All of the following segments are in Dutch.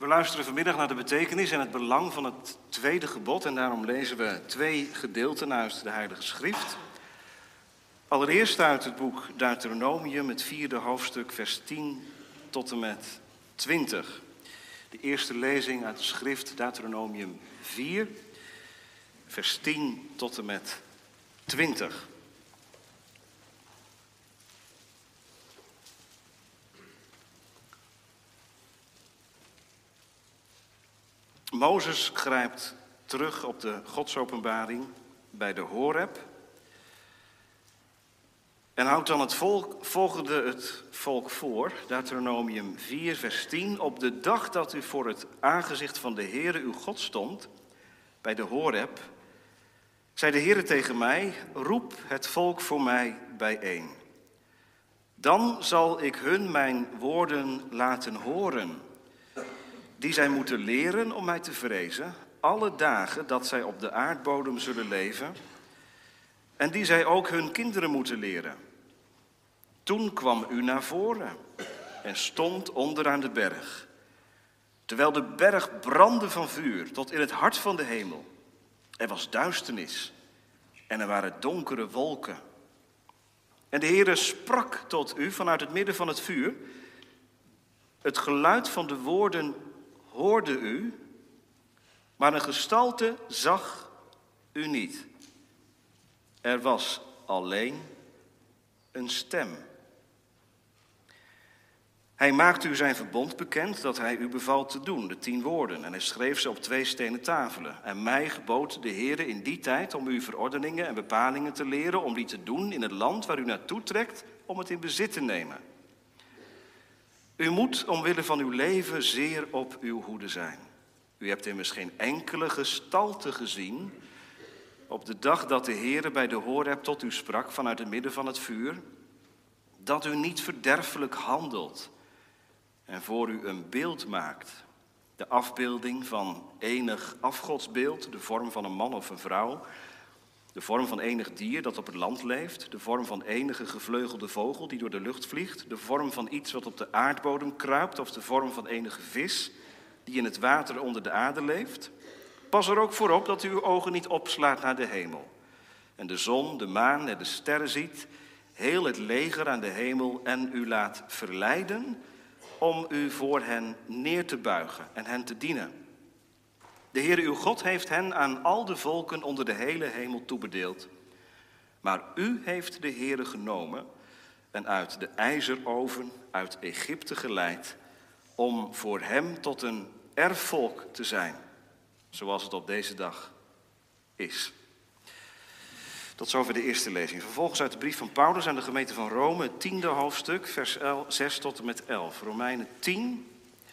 We luisteren vanmiddag naar de betekenis en het belang van het tweede gebod. En daarom lezen we 2 gedeelten uit de Heilige Schrift. Allereerst uit het boek Deuteronomium, het 4e hoofdstuk, vers 10 tot en met 20. De eerste lezing uit de schrift Deuteronomium 4, vers 10 tot en met 20. Mozes grijpt terug op de godsopenbaring bij de Horeb en houdt dan het volk voor, Deuteronomium 4, vers 10. Op de dag dat u voor het aangezicht van de Heere uw God stond, bij de Horeb, zei de Heere tegen mij, roep het volk voor mij bijeen. Dan zal ik hun mijn woorden laten horen, die zij moeten leren om mij te vrezen, alle dagen dat zij op de aardbodem zullen leven, en die zij ook hun kinderen moeten leren. Toen kwam u naar voren en stond onderaan de berg, terwijl de berg brandde van vuur tot in het hart van de hemel. Er was duisternis en er waren donkere wolken. En de Heere sprak tot u vanuit het midden van het vuur. Het geluid van de woorden hoorde u, maar een gestalte zag u niet. Er was alleen een stem. Hij maakte u zijn verbond bekend dat hij u beval te doen, de 10 woorden. En hij schreef ze op 2 stenen tafelen. En mij gebood de Heere in die tijd om u verordeningen en bepalingen te leren, om die te doen in het land waar u naartoe trekt, om het in bezit te nemen. U moet omwille van uw leven zeer op uw hoede zijn. U hebt immers geen enkele gestalte gezien op de dag dat de Heere bij de Horeb tot u sprak vanuit het midden van het vuur, dat u niet verderfelijk handelt en voor u een beeld maakt. De afbeelding van enig afgodsbeeld, de vorm van een man of een vrouw, de vorm van enig dier dat op het land leeft, de vorm van enige gevleugelde vogel die door de lucht vliegt, de vorm van iets wat op de aardbodem kruipt of de vorm van enige vis die in het water onder de aarde leeft. Pas er ook voor op dat u uw ogen niet opslaat naar de hemel en de zon, de maan en de sterren ziet, heel het leger aan de hemel en u laat verleiden om u voor hen neer te buigen en hen te dienen. De Heere uw God heeft hen aan al de volken onder de hele hemel toebedeeld. Maar u heeft de Heere genomen en uit de ijzeroven uit Egypte geleid om voor hem tot een erfvolk te zijn, zoals het op deze dag is. Tot zover de eerste lezing. Vervolgens uit de brief van Paulus aan de gemeente van Rome, het 10e hoofdstuk, vers 6 tot en met 11. Romeinen 10,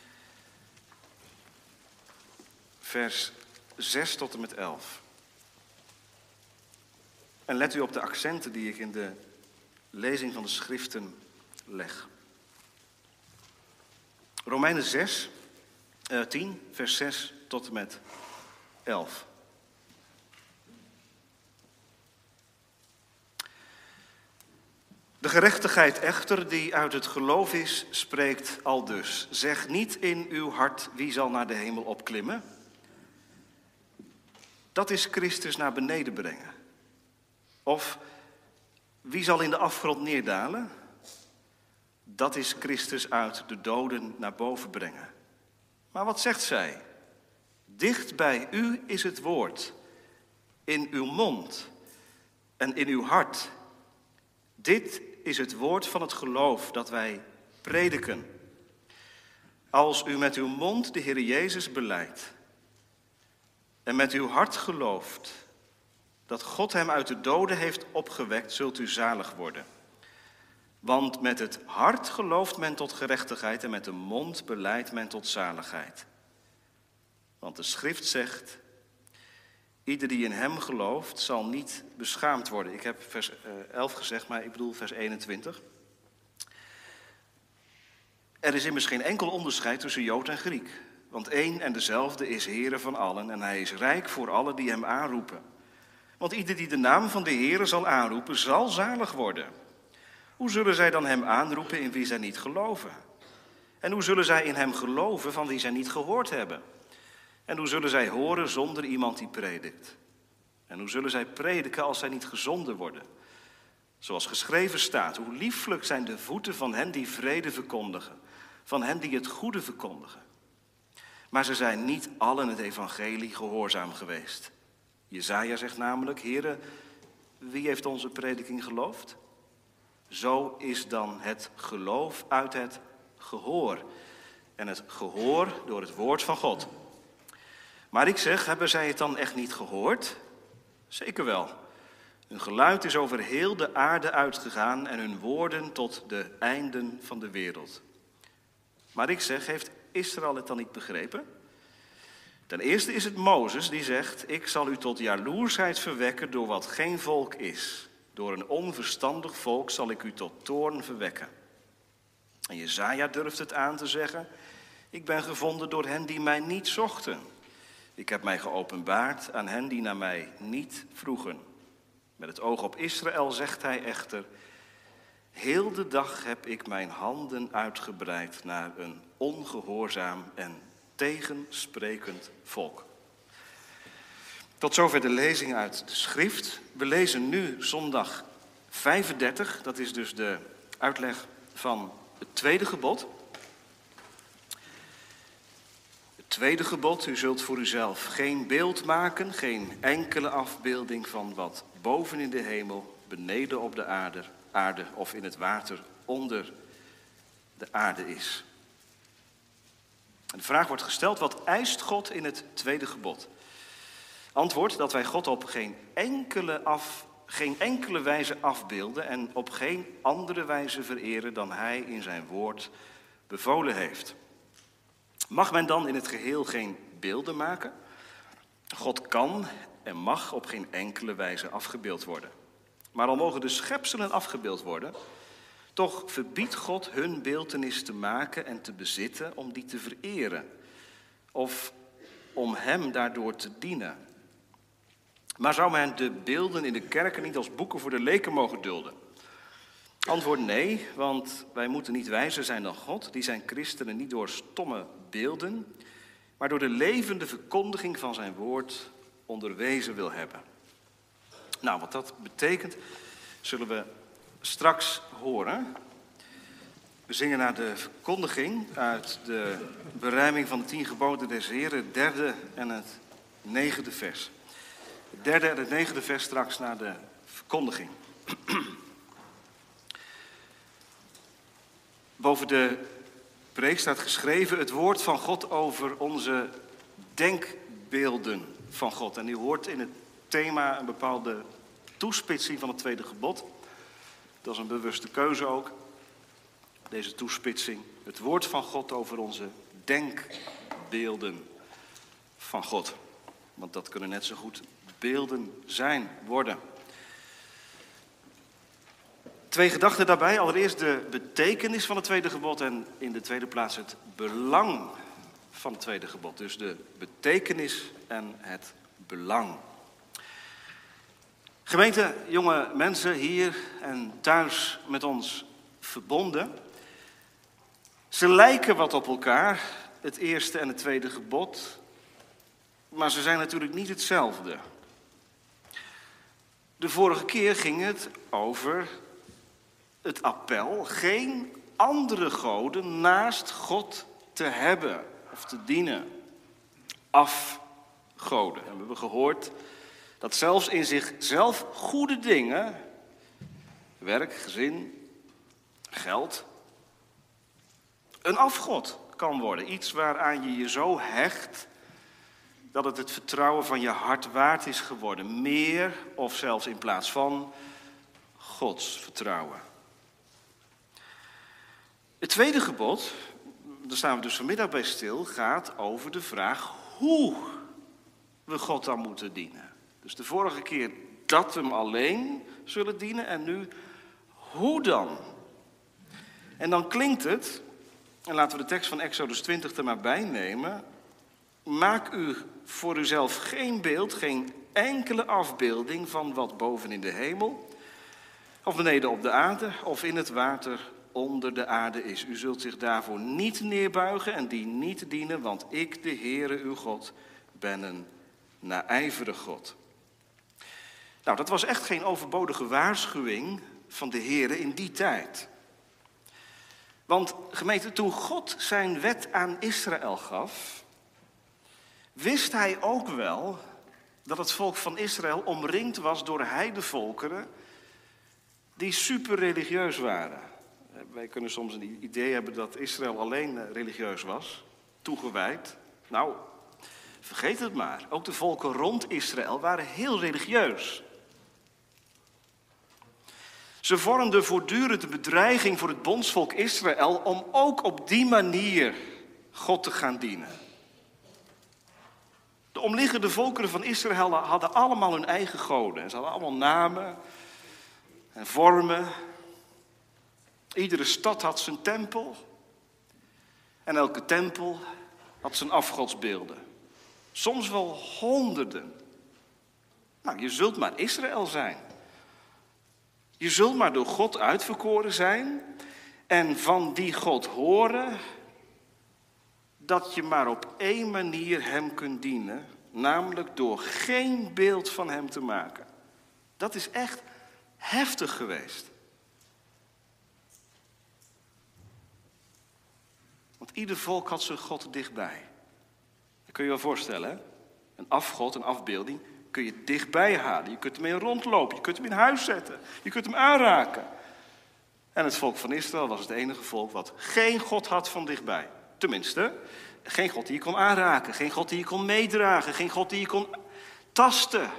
vers 6 tot en met 11. En let u op de accenten die ik in de lezing van de schriften leg. Romeinen 10, vers 6 tot en met 11. De gerechtigheid echter die uit het geloof is, spreekt aldus. Zeg niet in uw hart wie zal naar de hemel opklimmen. Dat is Christus naar beneden brengen. Of wie zal in de afgrond neerdalen? Dat is Christus uit de doden naar boven brengen. Maar wat zegt zij? Dicht bij u is het woord, in uw mond en in uw hart. Dit is het woord van het geloof dat wij prediken. Als u met uw mond de Heer Jezus belijdt en met uw hart gelooft dat God hem uit de doden heeft opgewekt, zult u zalig worden. Want met het hart gelooft men tot gerechtigheid en met de mond belijdt men tot zaligheid. Want de schrift zegt, ieder die in hem gelooft zal niet beschaamd worden. Ik heb vers 11 gezegd, maar ik bedoel vers 21. Er is immers geen enkel onderscheid tussen Jood en Griek. Want één en dezelfde is Heere van allen en hij is rijk voor allen die hem aanroepen. Want ieder die de naam van de Heere zal aanroepen, zal zalig worden. Hoe zullen zij dan hem aanroepen in wie zij niet geloven? En hoe zullen zij in hem geloven van wie zij niet gehoord hebben? En hoe zullen zij horen zonder iemand die predikt? En hoe zullen zij prediken als zij niet gezonden worden? Zoals geschreven staat, hoe lieflijk zijn de voeten van hen die vrede verkondigen, van hen die het goede verkondigen. Maar ze zijn niet allen het evangelie gehoorzaam geweest. Jesaja zegt namelijk, Heere, wie heeft onze prediking geloofd? Zo is dan het geloof uit het gehoor. En het gehoor door het woord van God. Maar ik zeg, hebben zij het dan echt niet gehoord? Zeker wel. Hun geluid is over heel de aarde uitgegaan en hun woorden tot de einden van de wereld. Maar ik zeg, heeft Israël het dan niet begrepen? Ten eerste is het Mozes die zegt, ik zal u tot jaloersheid verwekken door wat geen volk is. Door een onverstandig volk zal ik u tot toorn verwekken. En Jesaja durft het aan te zeggen, ik ben gevonden door hen die mij niet zochten. Ik heb mij geopenbaard aan hen die naar mij niet vroegen. Met het oog op Israël zegt hij echter, heel de dag heb ik mijn handen uitgebreid naar een ongehoorzaam en tegensprekend volk. Tot zover de lezing uit de schrift. We lezen nu zondag 35, dat is dus de uitleg van het tweede gebod. Het tweede gebod, u zult voor uzelf geen beeld maken, geen enkele afbeelding van wat boven in de hemel, beneden op de aarde of in het water onder de aarde is. En de vraag wordt gesteld, wat eist God in het tweede gebod? Antwoord, dat wij God op geen enkele wijze afbeelden en op geen andere wijze vereren dan hij in zijn woord bevolen heeft. Mag men dan in het geheel geen beelden maken? God kan en mag op geen enkele wijze afgebeeld worden. Maar al mogen de schepselen afgebeeld worden, toch verbiedt God hun beeltenis te maken en te bezitten om die te vereren. Of om hem daardoor te dienen. Maar zou men de beelden in de kerken niet als boeken voor de leken mogen dulden? Antwoord nee, want wij moeten niet wijzer zijn dan God. Die zijn christenen niet door stomme beelden, maar door de levende verkondiging van zijn woord onderwezen wil hebben. Nou, wat dat betekent, zullen we straks horen. We zingen naar de verkondiging uit de berijming van de 10 geboden des Heren, het 3e en het 9e vers. Het 3e en het 9e vers straks naar de verkondiging. Boven de preek staat geschreven het woord van God over onze denkbeelden van God. En u hoort in het thema een bepaalde toespitsing van het tweede gebod. Dat is een bewuste keuze ook, deze toespitsing. Het woord van God over onze denkbeelden van God. Want dat kunnen net zo goed beelden worden. 2 gedachten daarbij. Allereerst de betekenis van het tweede gebod en in de tweede plaats het belang van het tweede gebod. Dus de betekenis en het belang. Gemeente, jonge mensen hier en thuis met ons verbonden. Ze lijken wat op elkaar, het eerste en het tweede gebod. Maar ze zijn natuurlijk niet hetzelfde. De vorige keer ging het over het appel geen andere goden naast God te hebben of te dienen. Afgoden. En we hebben gehoord dat zelfs in zichzelf goede dingen, werk, gezin, geld, een afgod kan worden. Iets waaraan je je zo hecht dat het vertrouwen van je hart waard is geworden. Meer of zelfs in plaats van Gods vertrouwen. Het tweede gebod, daar staan we dus vanmiddag bij stil, gaat over de vraag hoe we God dan moeten dienen. Dus de vorige keer dat we hem alleen zullen dienen en nu hoe dan? En dan klinkt het, en laten we de tekst van Exodus 20 er maar bij nemen. Maak u voor uzelf geen beeld, geen enkele afbeelding van wat boven in de hemel, of beneden op de aarde, of in het water onder de aarde is. U zult zich daarvoor niet neerbuigen en die niet dienen, want ik, de Heere uw God, ben een naijverig God. Nou, dat was echt geen overbodige waarschuwing van de Heere in die tijd. Want gemeente, toen God zijn wet aan Israël gaf, wist hij ook wel dat het volk van Israël omringd was door heidenvolkeren die super religieus waren. Wij kunnen soms een idee hebben dat Israël alleen religieus was, toegewijd. Nou, vergeet het maar. Ook de volken rond Israël waren heel religieus. Ze vormden voortdurend de bedreiging voor het bondsvolk Israël om ook op die manier God te gaan dienen. De omliggende volkeren van Israël hadden allemaal hun eigen goden. Ze hadden allemaal namen en vormen. Iedere stad had zijn tempel. En elke tempel had zijn afgodsbeelden. Soms wel honderden. Nou, je zult maar Israël zijn. Je zult maar door God uitverkoren zijn. En van die God horen dat je maar op één manier hem kunt dienen. Namelijk door geen beeld van hem te maken. Dat is echt heftig geweest. Want ieder volk had zijn God dichtbij. Dat kun je wel voorstellen, hè? Een afgod, een afbeelding, kun je dichtbij halen. Je kunt ermee rondlopen, je kunt hem in huis zetten. Je kunt hem aanraken. En het volk van Israël was het enige volk wat geen God had van dichtbij. Tenminste, geen God die je kon aanraken. Geen God die je kon meedragen. Geen God die je kon tasten.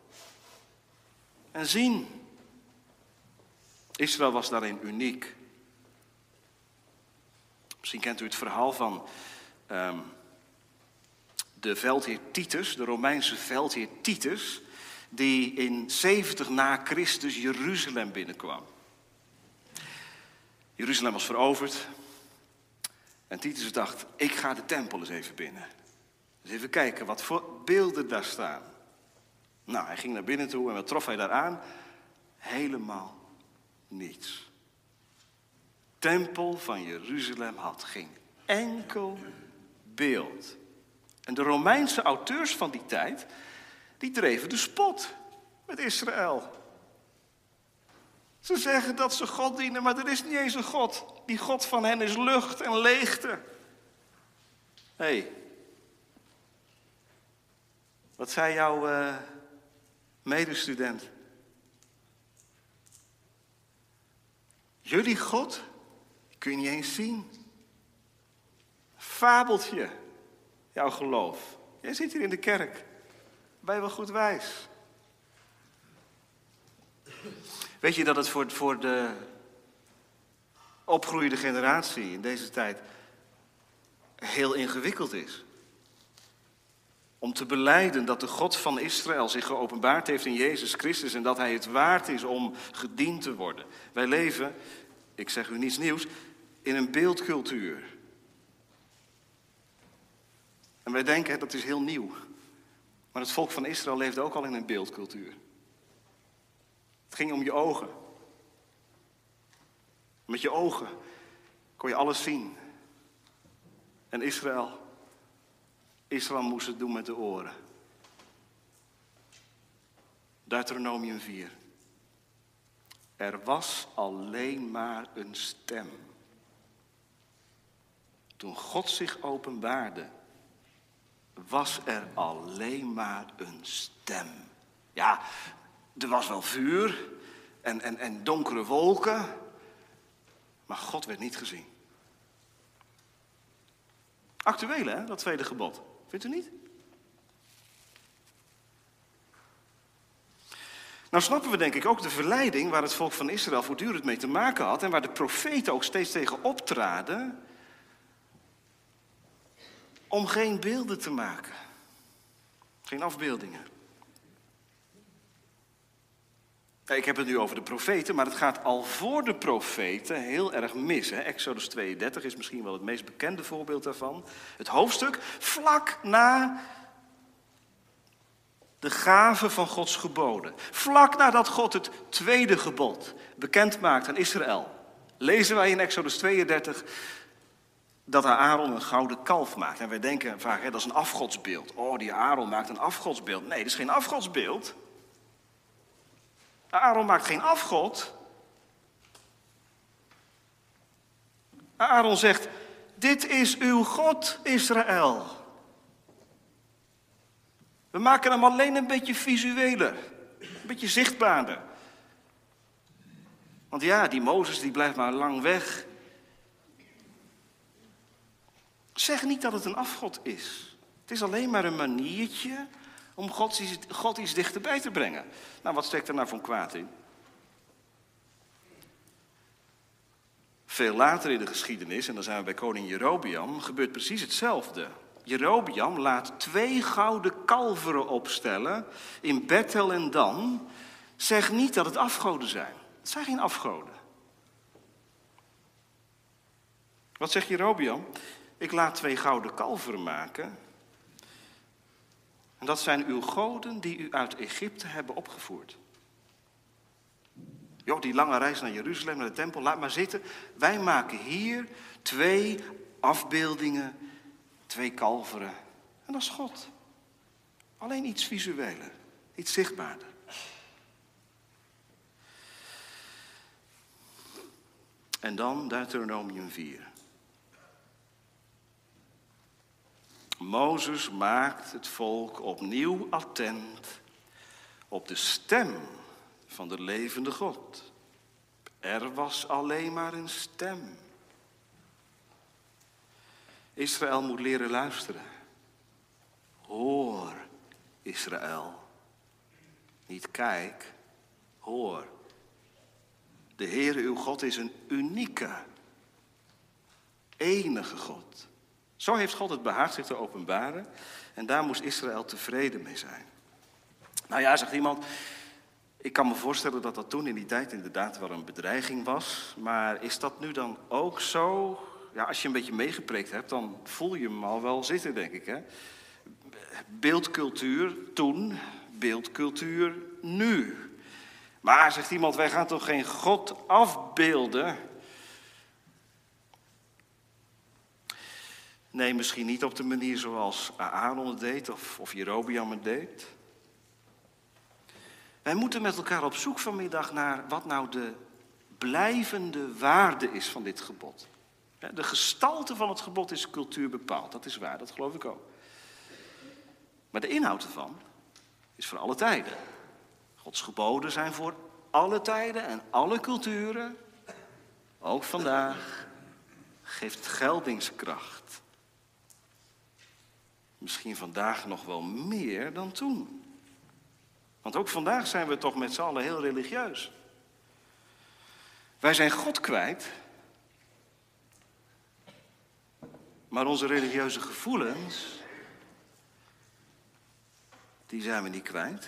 En zien. Israël was daarin uniek. Misschien kent u het verhaal van de veldheer Titus, de Romeinse veldheer Titus, die in 70 na Christus Jeruzalem binnenkwam. Jeruzalem was veroverd. En Titus dacht, ik ga de tempel eens even binnen. Dus even kijken wat voor beelden daar staan. Nou, hij ging naar binnen toe en wat trof hij daar aan? Helemaal niets. De tempel van Jeruzalem had geen enkel beeld. En de Romeinse auteurs van die tijd, die dreven de spot met Israël. Ze zeggen dat ze God dienen, maar er is niet eens een God. Die God van hen is lucht en leegte. Hé, wat zei jouw medestudent? Jullie God, die kun je niet eens zien. Fabeltje, jouw geloof. Jij zit hier in de kerk. Ben je wel goed wijs? Weet je dat het voor de opgroeiende generatie in deze tijd heel ingewikkeld is? Om te belijden dat de God van Israël zich geopenbaard heeft in Jezus Christus en dat hij het waard is om gediend te worden. Wij leven, ik zeg u niets nieuws, in een beeldcultuur. En wij denken dat is heel nieuw. Maar het volk van Israël leefde ook al in een beeldcultuur. Het ging om je ogen. Met je ogen kon je alles zien. En Israël moest het doen met de oren. Deuteronomium 4. Er was alleen maar een stem. Toen God zich openbaarde, was er alleen maar een stem. Ja, er was wel vuur en donkere wolken, maar God werd niet gezien. Actueel, hè, dat tweede gebod. Vindt u niet? Nou snappen we denk ik ook de verleiding waar het volk van Israël voortdurend mee te maken had en waar de profeten ook steeds tegen optraden om geen beelden te maken. Geen afbeeldingen. Ik heb het nu over de profeten, maar het gaat al voor de profeten heel erg mis. Hè? Exodus 32 is misschien wel het meest bekende voorbeeld daarvan. Het hoofdstuk vlak na de gave van Gods geboden. Vlak nadat God het tweede gebod bekend maakt aan Israël. lezen wij in Exodus 32 dat Aaron een gouden kalf maakt. En wij denken vaak, dat is een afgodsbeeld. Oh, die Aaron maakt een afgodsbeeld. Nee, dat is geen afgodsbeeld. Aaron maakt geen afgod. Aaron zegt, dit is uw God, Israël. We maken hem alleen een beetje visueler. Een beetje zichtbaarder. Want ja, die Mozes die blijft maar lang weg. Zeg niet dat het een afgod is. Het is alleen maar een maniertje om God iets dichterbij te brengen. Nou, wat steekt er nou van kwaad in? Veel later in de geschiedenis, en dan zijn we bij koning Jerobeam, gebeurt precies hetzelfde. Jerobeam laat 2 gouden kalveren opstellen in Bethel en Dan. Zeg niet dat het afgoden zijn. Het zijn geen afgoden. Wat zegt Jerobeam? Ik laat 2 gouden kalveren maken. En dat zijn uw goden die u uit Egypte hebben opgevoerd. Joh, die lange reis naar Jeruzalem, naar de tempel, laat maar zitten. Wij maken hier 2 afbeeldingen, 2 kalveren. En dat is God. Alleen iets visueler, iets zichtbaarder. En dan Deuteronomium 4. Mozes maakt het volk opnieuw attent op de stem van de levende God. Er was alleen maar een stem. Israël moet leren luisteren. Hoor, Israël. Niet kijk, hoor. De Heere uw God is een unieke, enige God. Zo heeft God het behaagd zich te openbaren. En daar moest Israël tevreden mee zijn. Nou ja, zegt iemand, ik kan me voorstellen dat dat toen in die tijd inderdaad wel een bedreiging was. Maar is dat nu dan ook zo? Ja, als je een beetje meegepreekt hebt, dan voel je hem al wel zitten, denk ik. Hè? Beeldcultuur toen, beeldcultuur nu. Maar, zegt iemand, wij gaan toch geen God afbeelden? Nee, misschien niet op de manier zoals Aaron het deed of Jerobeam het deed. Wij moeten met elkaar op zoek vanmiddag naar wat nou de blijvende waarde is van dit gebod. De gestalte van het gebod is cultuur bepaald, dat is waar, dat geloof ik ook. Maar de inhoud ervan is voor alle tijden. Gods geboden zijn voor alle tijden en alle culturen. Ook vandaag geeft het geldingskracht. Misschien vandaag nog wel meer dan toen. Want ook vandaag zijn we toch met z'n allen heel religieus. Wij zijn God kwijt. Maar onze religieuze gevoelens, die zijn we niet kwijt.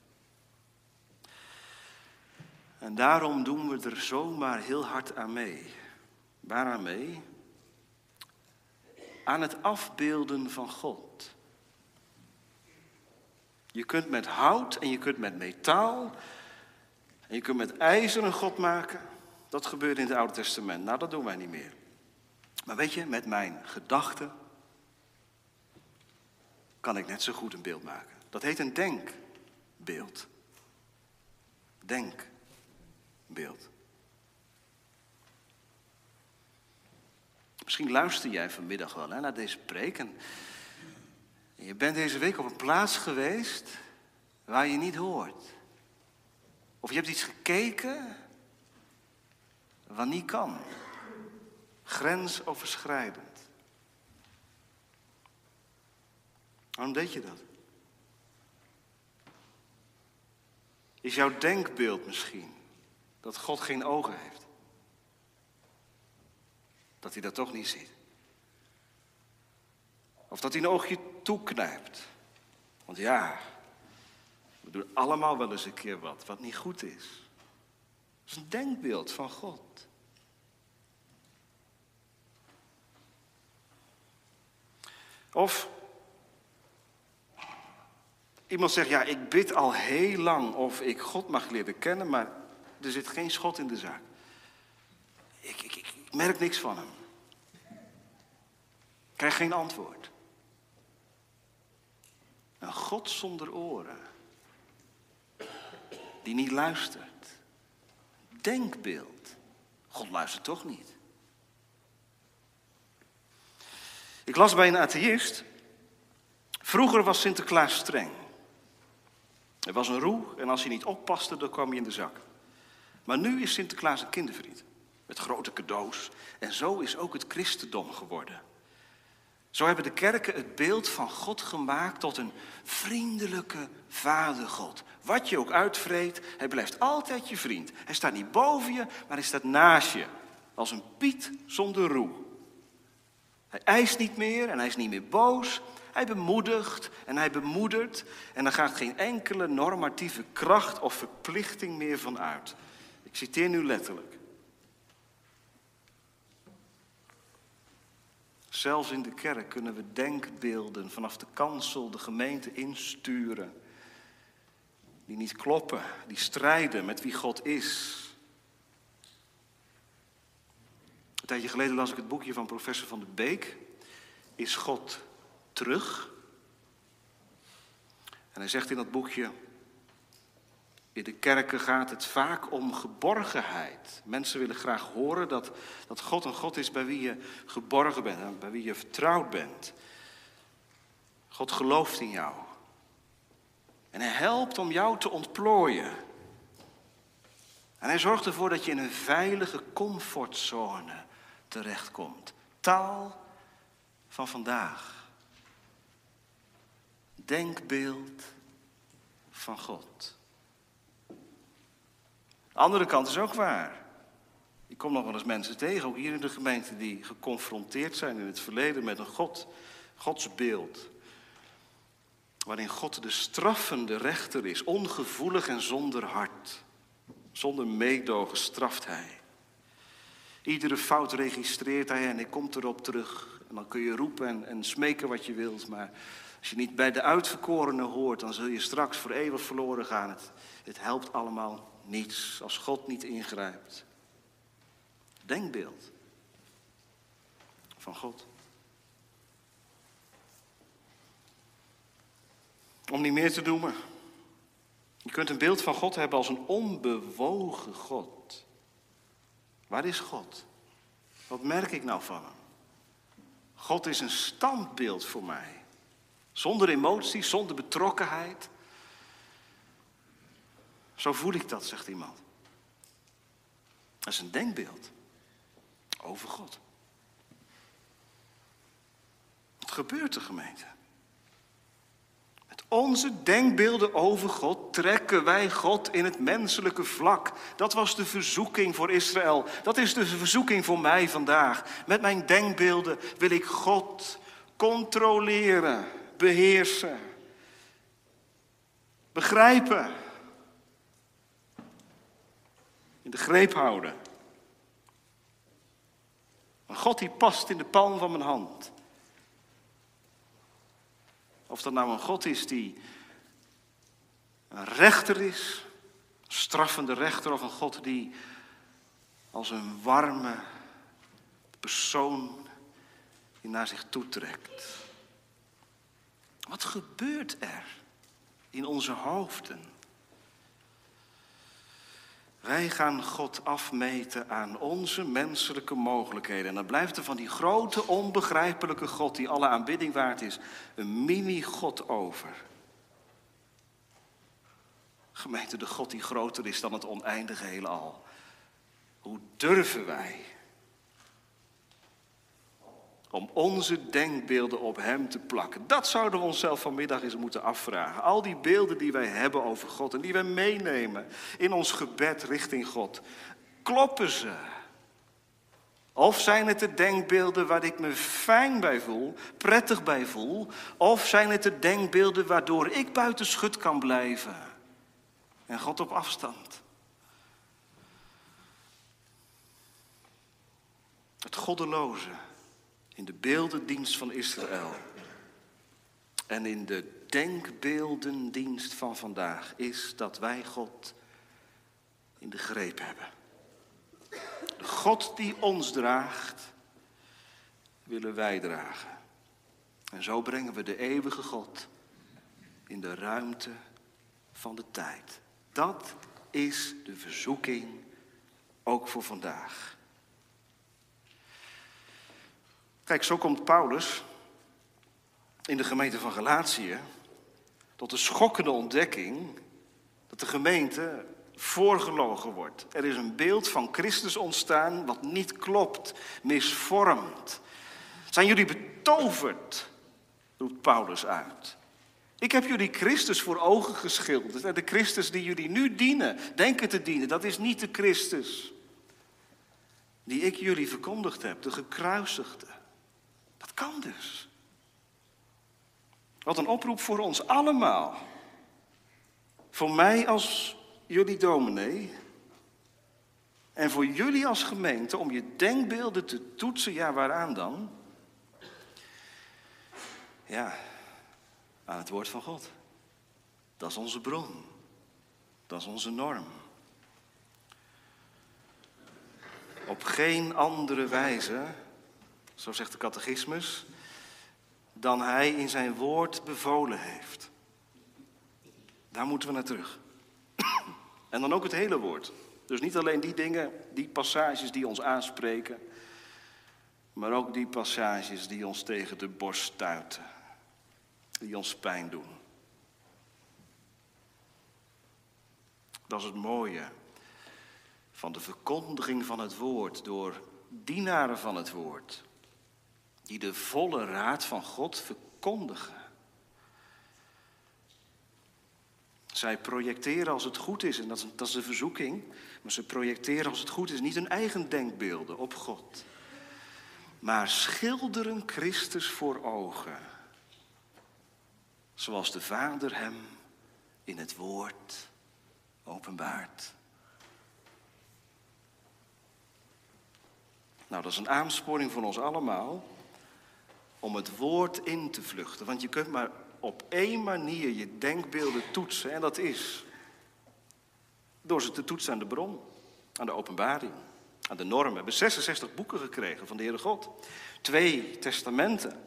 En daarom doen we er zomaar heel hard aan mee. Waaraan mee? Aan het afbeelden van God. Je kunt met hout en je kunt met metaal en je kunt met ijzer een God maken. Dat gebeurde in het Oude Testament. Nou, dat doen wij niet meer. Maar weet je, met mijn gedachten kan ik net zo goed een beeld maken. Dat heet een denkbeeld. Denkbeeld. Misschien luister jij vanmiddag wel naar deze preek. En je bent deze week op een plaats geweest waar je niet hoort. Of je hebt iets gekeken wat niet kan. Grensoverschrijdend. Waarom deed je dat? Is jouw denkbeeld misschien dat God geen ogen heeft? Dat hij dat toch niet ziet? Of dat hij een oogje toeknijpt? Want ja, we doen allemaal wel eens een keer wat niet goed is. Dat is een denkbeeld van God. Of iemand zegt, ja, ik bid al heel lang of ik God mag leren kennen, maar er zit geen schot in de zaak. Ik merk niks van hem. Ik krijg geen antwoord. Een God zonder oren. Die niet luistert. Denkbeeld. God luistert toch niet. Ik las bij een atheïst. Vroeger was Sinterklaas streng. Er was een roe en als je niet oppaste, dan kwam je in de zak. Maar nu is Sinterklaas een kindervriend. Met grote cadeaus. En zo is ook het christendom geworden. Zo hebben de kerken het beeld van God gemaakt tot een vriendelijke vadergod. Wat je ook uitvreet, hij blijft altijd je vriend. Hij staat niet boven je, maar hij staat naast je. Als een Piet zonder roe. Hij eist niet meer en hij is niet meer boos. Hij bemoedigt en hij bemoedert. En er gaat geen enkele normatieve kracht of verplichting meer van uit. Ik citeer nu letterlijk. Zelfs in de kerk kunnen we denkbeelden vanaf de kansel de gemeente insturen. Die niet kloppen, die strijden met wie God is. Een tijdje geleden las ik het boekje van professor Van der Beek. Is God terug? En hij zegt in dat boekje. In de kerken gaat het vaak om geborgenheid. Mensen willen graag horen dat God een God is bij wie je geborgen bent. Bij wie je vertrouwd bent. God gelooft in jou. En hij helpt om jou te ontplooien. En hij zorgt ervoor dat je in een veilige comfortzone terechtkomt. Taal van vandaag. Denkbeeld van God. De andere kant is ook waar. Ik kom nog wel eens mensen tegen, ook hier in de gemeente, die geconfronteerd zijn in het verleden met een godsbeeld. Waarin God de straffende rechter is, ongevoelig en zonder hart. Zonder meedogen straft hij. Iedere fout registreert hij en hij komt erop terug. En dan kun je roepen en smeken wat je wilt, maar als je niet bij de uitverkorenen hoort, dan zul je straks voor eeuwig verloren gaan. Het helpt allemaal niets als God niet ingrijpt. Denkbeeld van God. Om niet meer te noemen. Je kunt een beeld van God hebben als een onbewogen God. Waar is God? Wat merk ik nou van hem? God is een standbeeld voor mij. Zonder emotie, zonder betrokkenheid. Zo voel ik dat, zegt iemand. Dat is een denkbeeld over God. Wat gebeurt er, gemeente? Met onze denkbeelden over God trekken wij God in het menselijke vlak. Dat was de verzoeking voor Israël. Dat is de verzoeking voor mij vandaag. Met mijn denkbeelden wil ik God controleren, beheersen, begrijpen. In de greep houden. Een God die past in de palm van mijn hand. Of dat nou een God is die een rechter is, een straffende rechter, of een God die als een warme persoon die naar zich toetrekt. Wat gebeurt er in onze hoofden? Wij gaan God afmeten aan onze menselijke mogelijkheden. En dan blijft er van die grote, onbegrijpelijke God die alle aanbidding waard is, een mini-God over. Gemeente, de God die groter is dan het oneindige heelal. Hoe durven wij om onze denkbeelden op hem te plakken? Dat zouden we onszelf vanmiddag eens moeten afvragen. Al die beelden die wij hebben over God en die wij meenemen in ons gebed richting God. Kloppen ze? Of zijn het de denkbeelden waar ik me fijn bij voel, prettig bij voel? Of zijn het de denkbeelden waardoor ik buiten schut kan blijven en God op afstand? Het goddeloze in de beeldendienst van Israël en in de denkbeeldendienst van vandaag is dat wij God in de greep hebben. De God die ons draagt, willen wij dragen. En zo brengen we de eeuwige God in de ruimte van de tijd. Dat is de verzoeking ook voor vandaag. Kijk, zo komt Paulus in de gemeente van Galatië tot de schokkende ontdekking dat de gemeente voorgelogen wordt. Er is een beeld van Christus ontstaan wat niet klopt, misvormd. Zijn jullie betoverd, roept Paulus uit. Ik heb jullie Christus voor ogen geschilderd. En de Christus die jullie nu dienen, denken te dienen, dat is niet de Christus die ik jullie verkondigd heb, de gekruisigde. Dat kan dus. Wat een oproep voor ons allemaal. Voor mij als jullie dominee. En voor jullie als gemeente om je denkbeelden te toetsen. Ja, waaraan dan? Ja, aan het woord van God. Dat is onze bron. Dat is onze norm. Op geen andere wijze, zo zegt de catechismus, dan hij in zijn woord bevolen heeft. Daar moeten we naar terug. En dan ook het hele woord. Dus niet alleen die dingen, die passages die ons aanspreken, maar ook die passages die ons tegen de borst stuiten. Die ons pijn doen. Dat is het mooie van de verkondiging van het woord door dienaren van het woord. Die de volle raad van God verkondigen. Zij projecteren als het goed is, en dat is de verzoeking, maar ze projecteren als het goed is niet hun eigen denkbeelden op God. Maar schilderen Christus voor ogen. Zoals de Vader hem in het woord openbaart. Nou, dat is een aansporing voor ons allemaal om het woord in te vluchten. Want je kunt maar op één manier je denkbeelden toetsen. En dat is door ze te toetsen aan de bron, aan de openbaring, aan de normen. We hebben 66 boeken gekregen van de Heere God. 2 testamenten.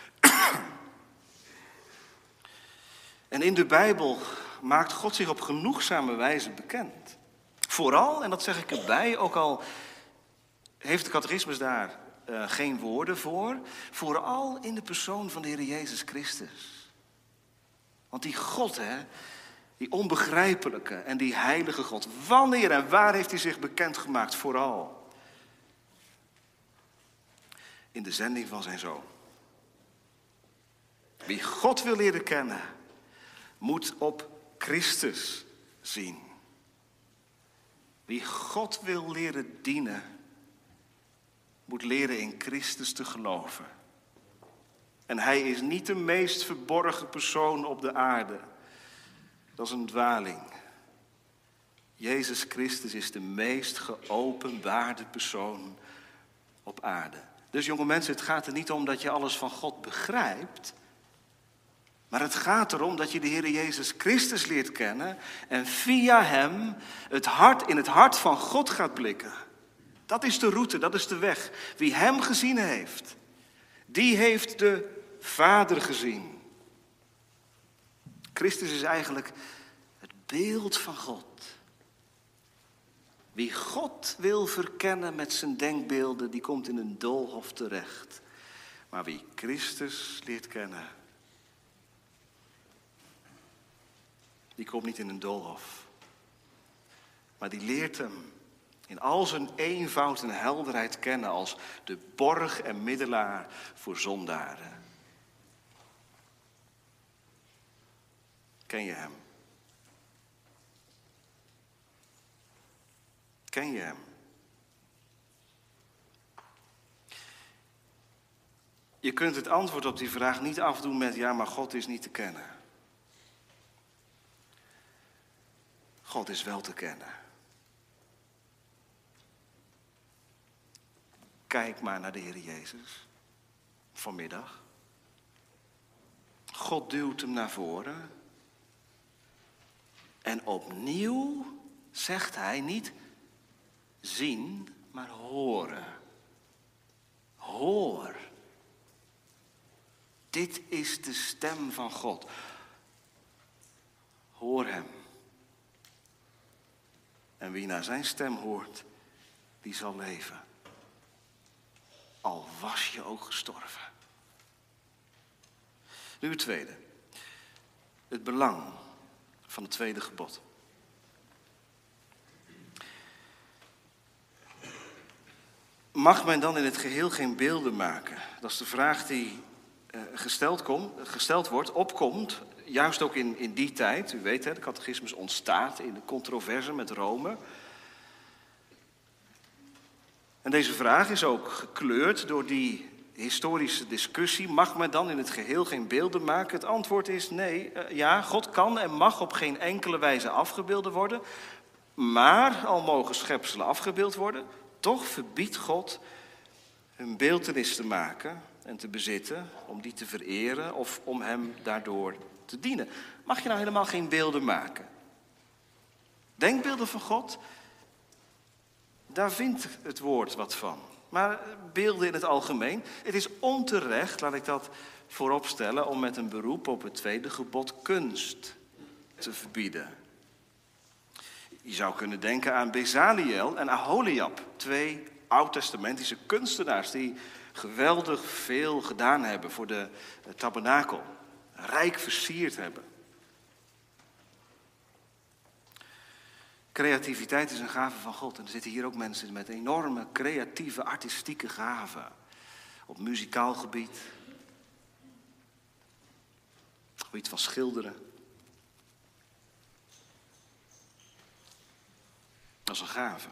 En in de Bijbel maakt God zich op genoegzame wijze bekend. Vooral, en dat zeg ik erbij, ook al heeft de catechismus daar geen woorden voor, vooral in de persoon van de Heer Jezus Christus. Want die God, die onbegrijpelijke en die heilige God, wanneer en waar heeft hij zich bekendgemaakt? Vooral in de zending van zijn Zoon. Wie God wil leren kennen, moet op Christus zien. Wie God wil leren dienen, moet leren in Christus te geloven. En hij is niet de meest verborgen persoon op de aarde. Dat is een dwaling. Jezus Christus is de meest geopenbaarde persoon op aarde. Dus jonge mensen, het gaat er niet om dat je alles van God begrijpt. Maar het gaat erom dat je de Heer Jezus Christus leert kennen en via hem in het hart van God gaat blikken. Dat is de route, dat is de weg. Wie hem gezien heeft, die heeft de Vader gezien. Christus is eigenlijk het beeld van God. Wie God wil verkennen met zijn denkbeelden, die komt in een doolhof terecht. Maar wie Christus leert kennen, die komt niet in een doolhof. Maar die leert hem in al zijn eenvoud en helderheid kennen als de borg en middelaar voor zondaren. Ken je hem? Ken je hem? Je kunt het antwoord op die vraag niet afdoen met ja, maar God is niet te kennen. God is wel te kennen. Kijk maar naar de Heer Jezus vanmiddag. God duwt hem naar voren. En opnieuw zegt hij niet zien, maar horen. Hoor. Dit is de stem van God. Hoor hem. En wie naar zijn stem hoort, die zal leven. Al was je ook gestorven. Nu het tweede. Het belang van het tweede gebod. Mag men dan in het geheel geen beelden maken? Dat is de vraag die gesteld wordt, opkomt, juist ook in die tijd. U weet, de catechismus ontstaat in de controverse met Rome. En deze vraag is ook gekleurd door die historische discussie. Mag men dan in het geheel geen beelden maken? Het antwoord is nee. Ja, God kan en mag op geen enkele wijze afgebeeld worden. Maar al mogen schepselen afgebeeld worden, toch verbiedt God hun beeltenis te maken en te bezitten, om die te vereren of om hem daardoor te dienen. Mag je nou helemaal geen beelden maken? Denkbeelden van God, daar vindt het woord wat van. Maar beelden in het algemeen, het is onterecht, laat ik dat vooropstellen, om met een beroep op het tweede gebod kunst te verbieden. Je zou kunnen denken aan Bezaliel en Aholiab, 2 oud-testamentische kunstenaars die geweldig veel gedaan hebben voor de tabernakel, rijk versierd hebben. Creativiteit is een gave van God en er zitten hier ook mensen met enorme creatieve, artistieke gaven op muzikaal gebied, gebied van schilderen. Dat is een gave.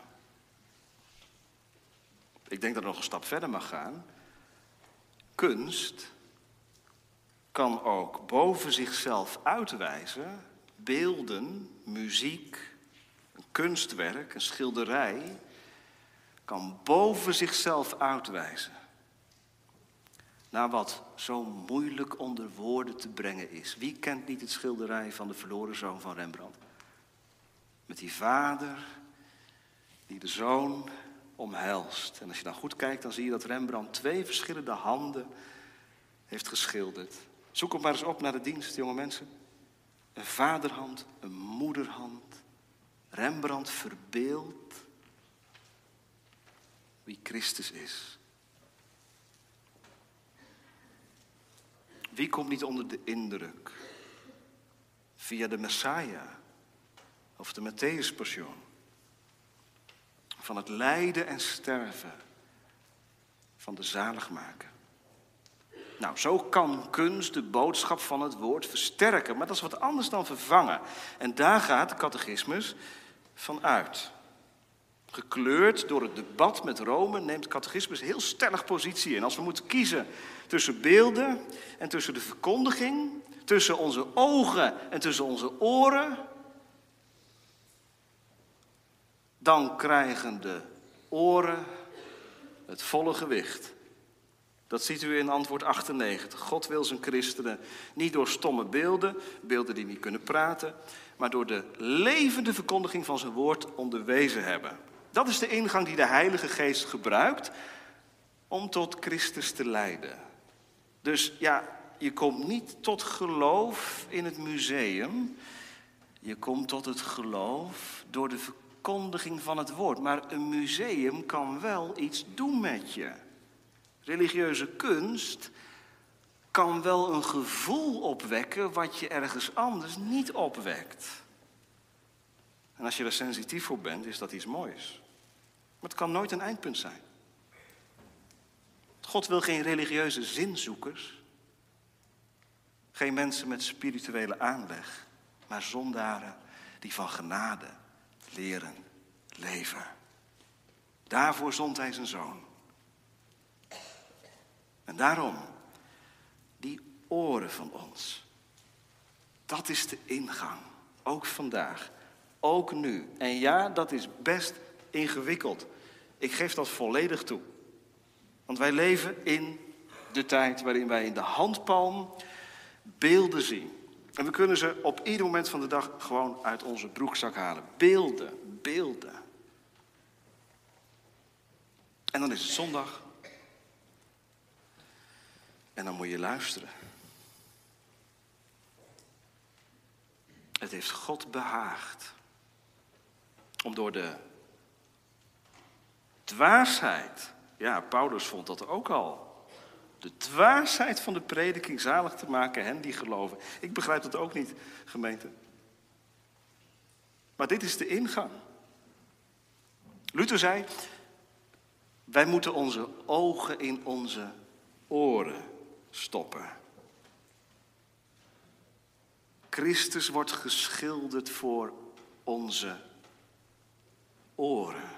Ik denk dat het nog een stap verder mag gaan. Kunst kan ook boven zichzelf uitwijzen. Beelden, muziek, een kunstwerk, een schilderij kan boven zichzelf uitwijzen naar wat zo moeilijk onder woorden te brengen is. Wie kent niet het schilderij van de verloren zoon van Rembrandt? Met die vader die de zoon omhelst. En als je dan goed kijkt, dan zie je dat Rembrandt 2 verschillende handen heeft geschilderd. Zoek hem maar eens op naar de dienst, jonge mensen. Een vaderhand, een moederhand. Rembrandt verbeeldt wie Christus is. Wie komt niet onder de indruk? Via de Messiah of de Matthäus-passion. Van het lijden en sterven van de zaligmaker. Nou, zo kan kunst de boodschap van het woord versterken, maar dat is wat anders dan vervangen. En daar gaat de catechismus van uit. Gekleurd door het debat met Rome neemt de catechismus heel stellig positie in. Als we moeten kiezen tussen beelden en tussen de verkondiging, tussen onze ogen en tussen onze oren, dan krijgen de oren het volle gewicht. Dat ziet u in antwoord 98. God wil zijn christenen niet door stomme beelden, beelden die niet kunnen praten, maar door de levende verkondiging van zijn woord onderwezen hebben. Dat is de ingang die de Heilige Geest gebruikt om tot Christus te leiden. Dus ja, je komt niet tot geloof in het museum. Je komt tot het geloof door de verkondiging van het woord. Maar een museum kan wel iets doen met je. Religieuze kunst kan wel een gevoel opwekken wat je ergens anders niet opwekt. En als je er sensitief voor bent, is dat iets moois. Maar het kan nooit een eindpunt zijn. God wil geen religieuze zinzoekers. Geen mensen met spirituele aanleg. Maar zondaren die van genade leren leven. Daarvoor zond hij zijn zoon. En daarom, die oren van ons. Dat is de ingang. Ook vandaag. Ook nu. En ja, dat is best ingewikkeld. Ik geef dat volledig toe. Want wij leven in de tijd waarin wij in de handpalm beelden zien. En we kunnen ze op ieder moment van de dag gewoon uit onze broekzak halen. Beelden, beelden. En dan is het zondag. En dan moet je luisteren. Het heeft God behaagd om door de dwaasheid, ja, Paulus vond dat ook al, de dwaasheid van de prediking zalig te maken hen die geloven. Ik begrijp dat ook niet, gemeente. Maar dit is de ingang. Luther zei, wij moeten onze ogen in onze oren stoppen. Christus wordt geschilderd voor onze oren.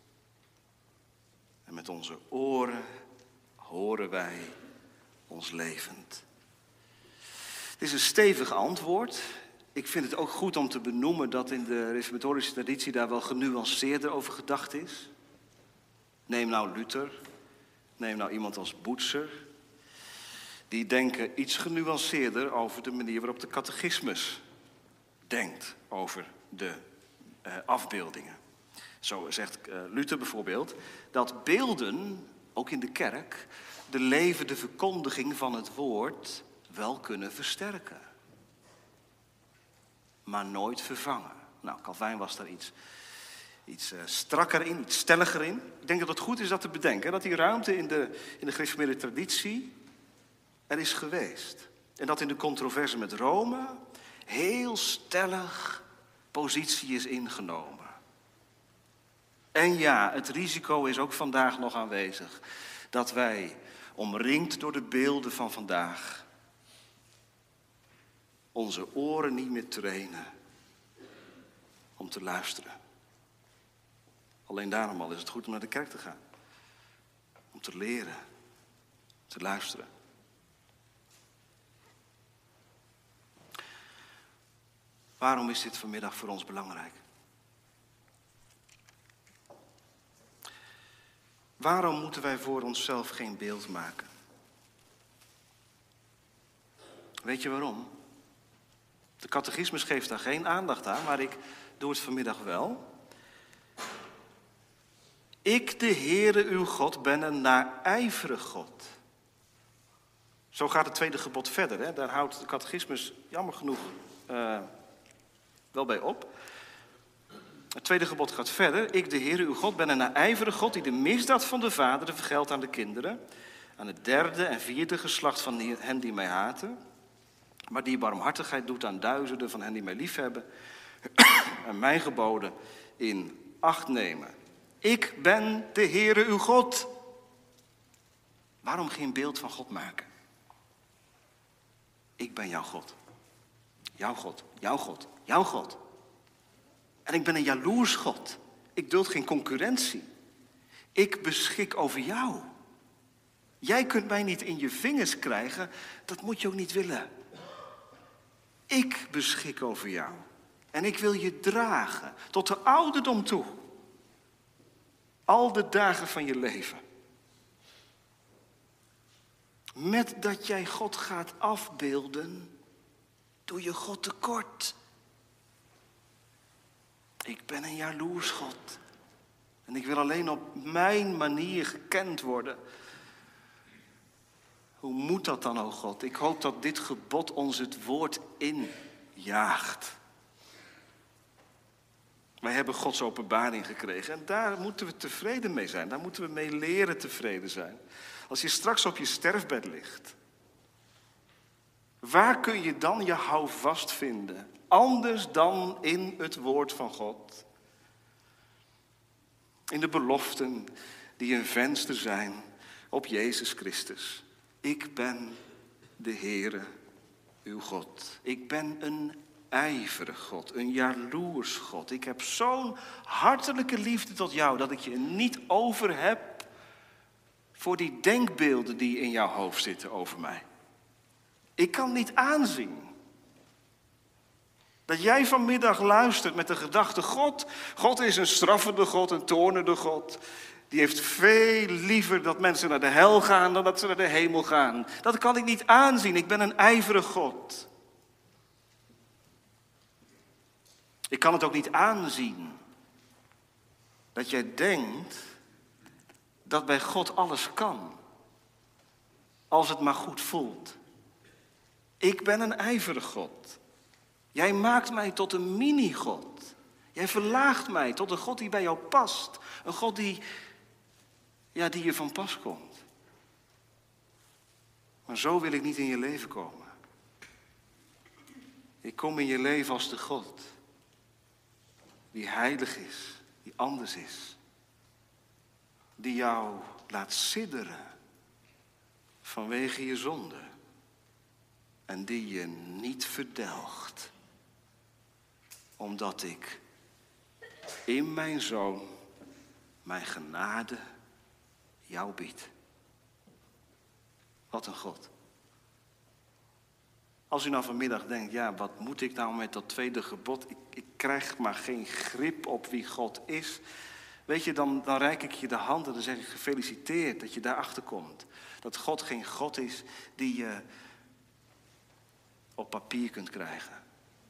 En met onze oren horen wij ons levend. Het is een stevig antwoord. Ik vind het ook goed om te benoemen dat in de reformatorische traditie daar wel genuanceerder over gedacht is. Neem nou Luther, neem nou iemand als Boetser. Die denken iets genuanceerder over de manier waarop de catechismus denkt over de afbeeldingen. Zo zegt Luther bijvoorbeeld dat beelden, ook in de kerk, de levende verkondiging van het woord wel kunnen versterken. Maar nooit vervangen. Nou, Calvijn was daar iets strakker in, iets stelliger in. Ik denk dat het goed is dat te bedenken, dat die ruimte in de gereformeerde traditie er is geweest. En dat in de controverse met Rome heel stellig positie is ingenomen. En ja, het risico is ook vandaag nog aanwezig. Dat wij, omringd door de beelden van vandaag, onze oren niet meer trainen om te luisteren. Alleen daarom al is het goed om naar de kerk te gaan. Om te leren, te luisteren. Waarom is dit vanmiddag voor ons belangrijk? Waarom moeten wij voor onszelf geen beeld maken? Weet je waarom? De catechismus geeft daar geen aandacht aan, maar ik doe het vanmiddag wel. Ik, de Heere uw God, ben een naijverig God. Zo gaat het tweede gebod verder. Hè? Daar houdt de catechismus jammer genoeg wel bij op. Het tweede gebod gaat verder. Ik, de Heere uw God, ben een naijverig God die de misdaad van de vaderen vergeldt aan de kinderen. Aan het derde en vierde geslacht van hen die mij haten. Maar die barmhartigheid doet aan duizenden van hen die mij liefhebben. En mijn geboden in acht nemen. Ik ben de Heere uw God. Waarom geen beeld van God maken? Ik ben jouw God. Jouw God, jouw God, jouw God. En ik ben een jaloers God. Ik duld geen concurrentie. Ik beschik over jou. Jij kunt mij niet in je vingers krijgen. Dat moet je ook niet willen. Ik beschik over jou. En ik wil je dragen tot de ouderdom toe. Al de dagen van je leven. Met dat jij God gaat afbeelden, doe je God tekort. Ik ben een jaloers God. En ik wil alleen op mijn manier gekend worden. Hoe moet dat dan, o God? Ik hoop dat dit gebod ons het woord injaagt. Wij hebben Gods openbaring gekregen en daar moeten we tevreden mee zijn. Daar moeten we mee leren tevreden zijn. Als je straks op je sterfbed ligt, waar kun je dan je houvast vinden? Anders dan in het woord van God. In de beloften die een venster zijn op Jezus Christus. Ik ben de Heere, uw God. Ik ben een ijverig God, een jaloers God. Ik heb zo'n hartelijke liefde tot jou dat ik je niet over heb voor die denkbeelden die in jouw hoofd zitten over mij. Ik kan niet aanzien dat jij vanmiddag luistert met de gedachte, God is een straffende God, een toornende God. Die heeft veel liever dat mensen naar de hel gaan dan dat ze naar de hemel gaan. Dat kan ik niet aanzien, ik ben een ijverig God. Ik kan het ook niet aanzien dat jij denkt dat bij God alles kan. Als het maar goed voelt. Ik ben een ijverig God. Jij maakt mij tot een mini-God. Jij verlaagt mij tot een God die bij jou past. Een God die je van pas komt. Maar zo wil ik niet in je leven komen. Ik kom in je leven als de God die heilig is, die anders is. Die jou laat sidderen vanwege je zonde. En die je niet verdelgt. Omdat ik in mijn Zoon mijn genade jou bied. Wat een God. Als u nou vanmiddag denkt, ja, wat moet ik nou met dat tweede gebod? Ik krijg maar geen grip op wie God is. Weet je, dan reik ik je de hand en dan zeg ik gefeliciteerd dat je daarachter komt. Dat God geen God is die je op papier kunt krijgen.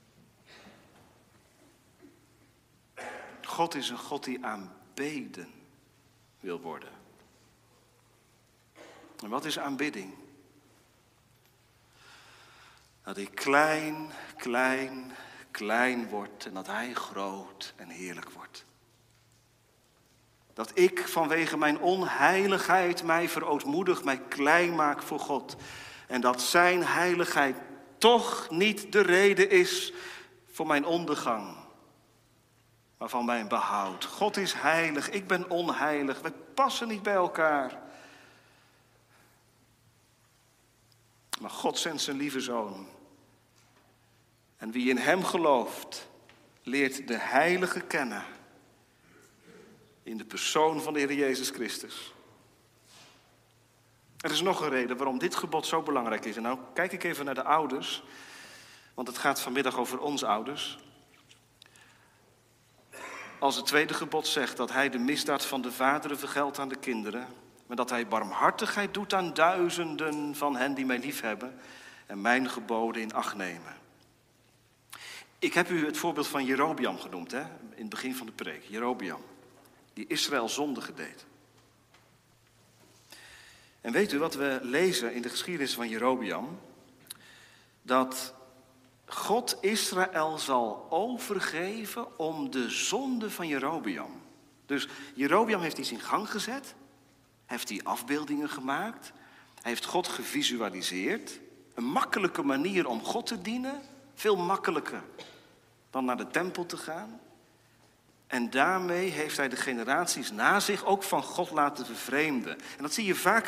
God is een God die aanbeden wil worden. En wat is aanbidding? Dat ik klein, klein, klein word en dat hij groot en heerlijk wordt. Dat ik vanwege mijn onheiligheid mij verootmoedig, mij klein maak voor God. En dat zijn heiligheid toch niet de reden is voor mijn ondergang. Maar van mijn behoud. God is heilig, ik ben onheilig. We passen niet bij elkaar. Maar God zendt zijn lieve Zoon. En wie in hem gelooft, leert de Heilige kennen. In de persoon van de Heer Jezus Christus. Er is nog een reden waarom dit gebod zo belangrijk is. En nou kijk ik even naar de ouders. Want het gaat vanmiddag over ons ouders. Als het tweede gebod zegt dat hij de misdaad van de vaderen vergeldt aan de kinderen. Maar dat hij barmhartigheid doet aan duizenden van hen die mij liefhebben. En mijn geboden in acht nemen. Ik heb u het voorbeeld van Jerobeam genoemd, hè? In het begin van de preek. Jerobeam, die Israël zondigen deed. En weet u wat we lezen in de geschiedenis van Jerobeam? Dat God Israël zal overgeven om de zonde van Jerobeam. Dus Jerobeam heeft iets in gang gezet. Heeft hij afbeeldingen gemaakt. Hij heeft God gevisualiseerd. Een makkelijke manier om God te dienen. Veel makkelijker dan naar de tempel te gaan. En daarmee heeft hij de generaties na zich ook van God laten vervreemden. En dat zie je vaak